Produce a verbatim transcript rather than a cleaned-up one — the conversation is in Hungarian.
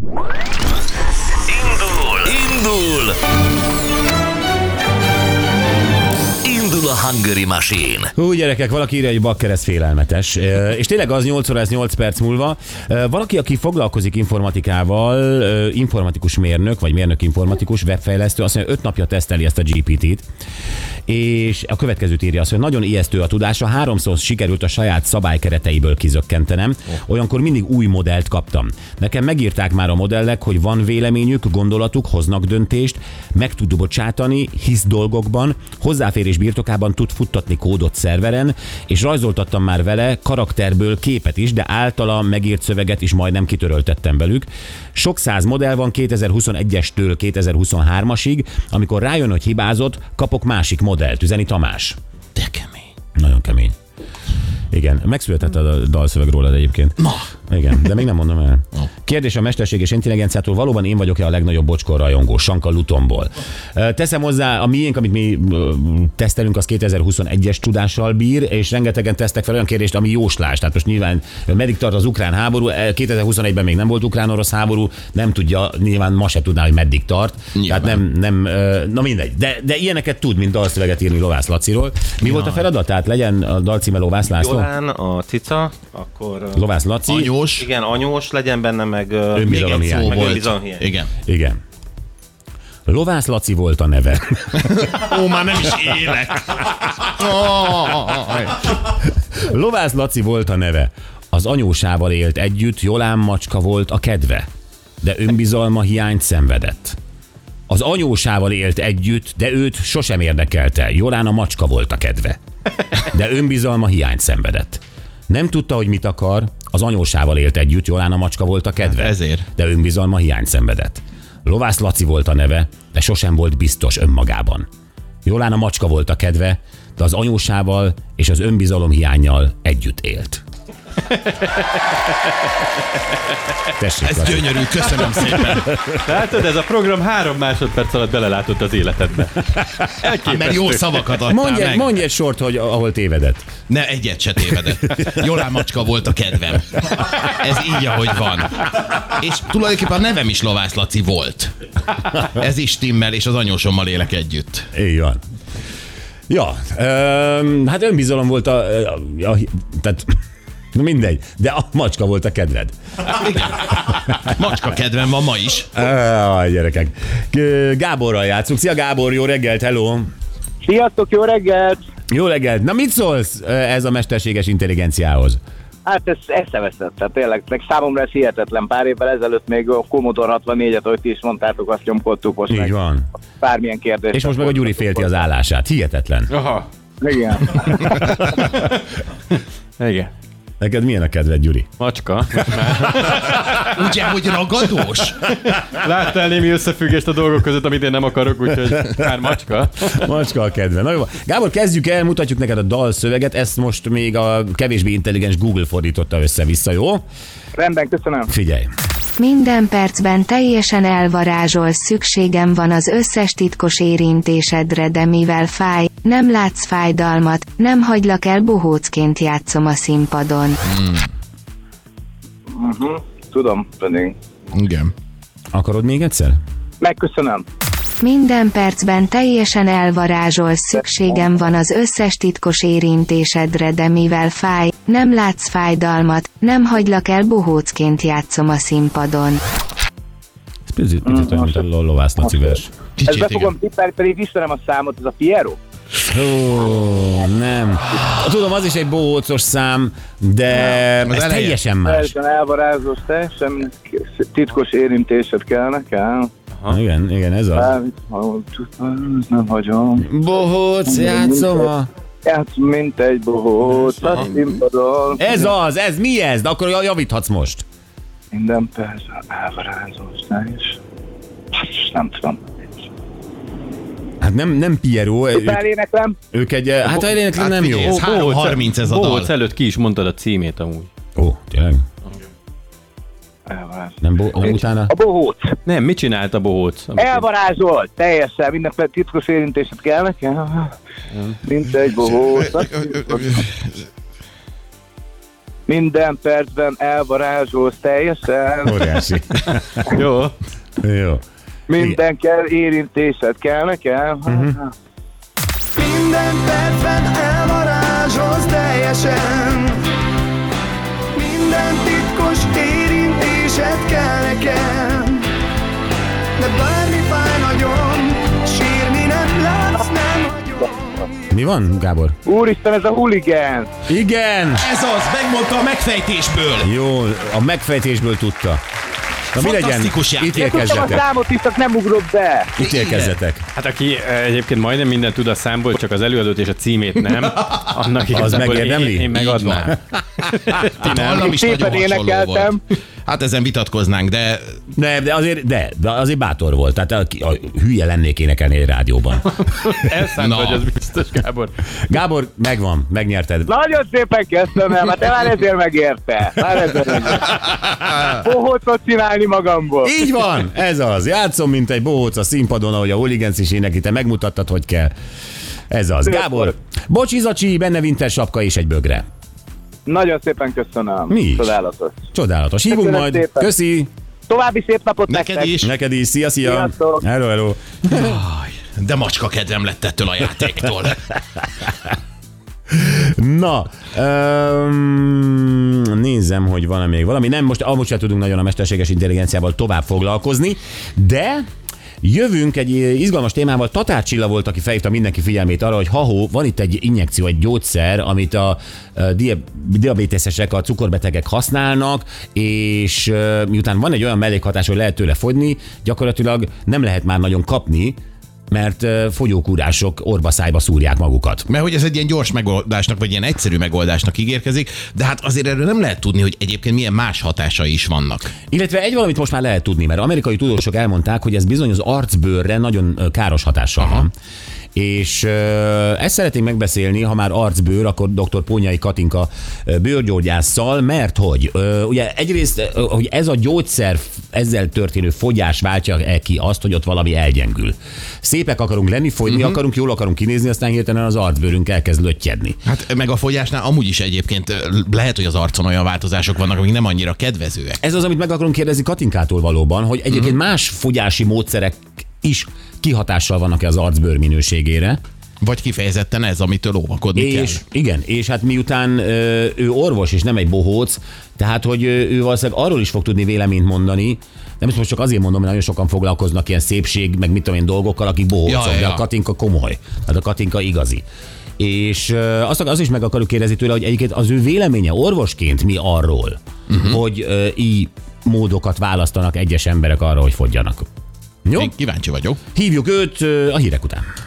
Indul! Indul! Indul a Hungary Machine. Hú, gyerekek, valaki írja, hogy bakker, ez félelmetes. És tényleg az nyolc óra, ez nyolc perc múlva. Valaki, aki foglalkozik informatikával, informatikus mérnök, vagy mérnök informatikus, webfejlesztő, azt mondja, öt napja teszteli ezt a gé pé té-t, és a következőt írja azt, hogy nagyon ijesztő a tudása, háromszor sikerült a saját szabálykereteiből kizökkentenem, olyankor mindig új modellt kaptam. Nekem megírták már a modellek, hogy van véleményük, gondolatuk, hoznak döntést, meg tud bocsátani, hisz dolgokban, hozzáférés birtokában tud futtatni kódot szerveren, és rajzoltattam már vele karakterből képet is, de általa megírt szöveget is majdnem kitöröltettem velük. Sok száz modell van kétezer-huszonegyestől kétezer-huszonhármasig, amikor rájön, hogy hibázott, kapok másik modellt, üzeni Tamás. De kemény. Nagyon kemény. Igen, megszületett a dalszöveg rólad egyébként. Na. Igen, de még nem mondom el. Kérdés a mesterséges intelligenciától, valóban én vagyok-e a legnagyobb bocskor rajongó, Sanka Lutonból. Teszem hozzá, a miénk, amit mi tesztelünk, az kétezer-huszonegyes tudással bír, és rengetegen tesztek fel olyan kérdést, ami jóslás. Tehát most nyilván meddig tart az ukrán háború, kétezer-huszonegyben még nem volt ukrán-orosz háború, nem tudja, nyilván ma sem tudná, hogy meddig tart. Nyilván. Tehát nem, nem, na mindegy. De, de ilyeneket tud, mint dalszöveget írni Lovász Laciról. Mi ja. volt a feladat? Tehát legyen a dalcíme Lovász László? Jolán, a cica, akkor... Lovász Laci. Anyós. Igen, anyós, legyen benne meg... Önbizalom hiány. Meg önbizalom hiány. Igen. Igen. Lovász Laci volt a neve. Ó, már nem is élek. Lovász Laci volt a neve. Az anyósával élt együtt, Jolán macska volt a kedve, de önbizalma hiányt szenvedett. Az anyósával élt együtt, de őt sosem érdekelte. Jolán a macska volt a kedve, de önbizalma hiányt szenvedett. Nem tudta, hogy mit akar, az anyósával élt együtt, Jolán a macska volt a kedve, hát ezért. de önbizalma hiányt szenvedett. Lovász Laci volt a neve, de sosem volt biztos önmagában. Jolán a macska volt a kedve, de az anyósával és az önbizalom hiánnyal együtt élt. Tessék, ez Laci. gyönyörű, köszönöm szépen. Látod, ez a program három másodperc alatt belelátott az életedbe. Hát, mert jó szavakat adtál Mondj egy, meg. mondj egy sort, hogy ahol tévedett. Ne, egyet se tévedett. Jolán macska volt a kedvem. Ez így, ahogy van. És tulajdonképpen a nevem is Lovász Laci volt. Ez is stimmel, és az anyósommal élek együtt. Így van. Ja, öm, hát önbizalom volt a, a, a, a tehát na mindegy, de a macska volt a kedved. Igen. Macska kedvem van ma is. Ah, gyerekek. Gáborral játszunk. Szia Gábor, jó reggelt, hello! Sziasztok, jó reggelt! Jó reggelt! Na mit szólsz ez a mesterséges intelligenciához? Hát ez eszeveszett, tehát tényleg, meg számomra ez hihetetlen. Pár évvel ezelőtt még a Commodore hatvannégyet, ahogy ti is mondtátok, azt nyomkodtuk most Így meg. van. Bármilyen kérdés. És most meg a Gyuri félti az állását. Hihetetlen. Aha. Igen. Igen. Neked milyen a kedved, Gyuri? Macska. Ugye, hogy ragadós? Láttál némi összefüggést a dolgok között, amit én nem akarok, úgyhogy már macska. Macska a kedve. Na jó. Gábor, kezdjük el, mutatjuk neked a dalszöveget. Ezt most még a kevésbé intelligens Google fordította össze-vissza, jó? Rendben, köszönöm. Figyelj. Minden percben teljesen elvarázsolsz, szükségem van az összes titkos érintésedre, de mivel fáj, nem látsz fájdalmat, nem hagylak el, bohócként játszom a színpadon. Hmm. Uh-huh. Tudom, pedig. Igen. Akarod még egyszer? Megköszönöm. Minden percben teljesen elvarázsolsz, szükségem van az összes titkos érintésedre, de mivel fáj, nem látsz fájdalmat, nem hagylak el, bohócként játszom a színpadon. Ez picit, picit olyan, mint a Lovász Laci vers. Ezt Kicsit, be igen. fogom tippelni, pedig ismerem a számot, ez a Piero? Ó, nem. Tudom, az is egy bohócos szám, de Nem, az ez eleje. teljesen más. Teljesen elvarázsos, teljesen titkos érintésed kell nekem. Ha, igen, igen, ez az. Bármit, ha nem hagyom. Bohóc, játszom a... Hát, mint egy bohóc, a színpadon. Ez az, ez mi ez? De akkor javíthatsz most. Minden percben elvarázsos, és nem tudom. Hát nem, nem Piero, ők, Eléneklem? ők egy, hát ha eléneklem Hát nem jó. figyelj, ez három harminc ez a Bohóc dal. előtt ki is mondtad a címét amúgy. Ó, tényleg? Elvarázsos. Nem, bo- nem utána? A bohóc. Nem, mit csinált a bohóc? Amit Elvarázsol, teljesen, minden titkos érintésed kell nekem. Mint egy bohóc. Minden percben elvarázsolsz teljesen. Óriási. Jó. Jó. Minden kell, érintésed kell nekem. Uh-huh. Minden percben elvarázsolsz teljesen. Minden titkos érintésed kell nekem. De bármi fáj nagyon, sírni nem látsz, nem hagyom. Mi van, Gábor? Úristen, ez a huligán! Igen! Ez az, megmondta a megfejtésből. Jó, a megfejtésből tudta. Na mi legyen? Fantasztikus játék. Tudtam a Ítélkezzetek. számot is, csak nem ugrott be. Ítélkezzetek. Hát aki eh, egyébként majdnem mindent tud a számból, csak az előadót és a címét nem, annak igazából megérdemli? én, én megadnám. Hát hallom is Szépen nagyon hasonló énekeltem. volt. Hát ezen vitatkoznánk, de De, de, azért, de, de azért bátor volt. Tehát a, a hülye lennék énekelni egy rádióban. Elszánt Na. vagy, az biztos, Gábor. Gábor, megvan, megnyerted. Nagyon szépen köszönöm, hát te már ezért megérte. Már ezért megérte. Bohócot csinálni magamból. Így van, ez az. Játszom, mint egy bohóc a színpadon, ahogy a Hooligans is énekli, te megmutattad, hogy kell. Ez az. Gábor, bocs, Izacsi, benne Winter sapka és egy bögre. Nagyon szépen köszönöm. Mi is? Csodálatos. Csodálatos. Hívunk Köszönöm majd. szépen. Köszi. További szép napot neked nektek. is. Neked is. Szia, szia. Sziasztok. Hello, hello. De macska kedvem lett ettől a játéktól. Na, öm, nézzem, hogy van még valami. Nem, most amúgy sem tudunk nagyon a mesterséges intelligenciával tovább foglalkozni, de jövünk egy izgalmas témával. Tatár Csilla volt, aki felhívta mindenki figyelmét arra, hogy ha-hó, van itt egy injekció, egy gyógyszer, amit a dia- diabéteszesek, a cukorbetegek használnak, és miután van egy olyan mellékhatás, hogy lehet tőle fogyni, gyakorlatilag nem lehet már nagyon kapni, mert fogyókúrások orba-szájba szúrják magukat. Mert hogy ez egy ilyen gyors megoldásnak, vagy ilyen egyszerű megoldásnak ígérkezik, de hát azért erről nem lehet tudni, hogy egyébként milyen más hatásai is vannak. Illetve egy valamit most már lehet tudni, mert amerikai tudósok elmondták, hogy ez bizony az arcbőrre nagyon káros hatással Aha. van. És uh, ezt szeretnénk megbeszélni, ha már arcbőr, akkor dr. Pónyai Katinka uh, bőrgyógyásszal, mert hogy uh, ugye egyrészt, uh, hogy ez a gyógyszer, ezzel történő fogyás váltja ki azt, hogy ott valami elgyengül. Szépek akarunk lenni, fogyni uh-huh. akarunk, jól akarunk kinézni, aztán hirtelen az arcbőrünk elkezd löttyedni. Hát meg a fogyásnál amúgy is egyébként lehet, hogy az arcon olyan változások vannak, amik nem annyira kedvezőek. Ez az, amit meg akarunk kérdezni Katinkától valóban, hogy egyébként uh-huh. más fogyási módszerek is kihatással vannak az arcbőr minőségére. Vagy kifejezetten ez, amitől óvakodni És kell. igen, és hát miután ö, ő orvos és nem egy bohóc, tehát hogy ő, ő valószínűleg arról is fog tudni véleményt mondani, nem most csak azért mondom, mert nagyon sokan foglalkoznak ilyen szépség, meg mit tudom én dolgokkal, akik bohócok, Ja, ja, de ja. a Katinka komoly, tehát a Katinka igazi. És ö, azt, azt is meg akarjuk kérdezni tőle, hogy egyébként az ő véleménye orvosként mi arról, uh-huh. hogy ö, így módokat választanak egyes emberek arra, hogy fogyjanak. Jó? Én kíváncsi vagyok. Hívjuk őt ö, a hírek után.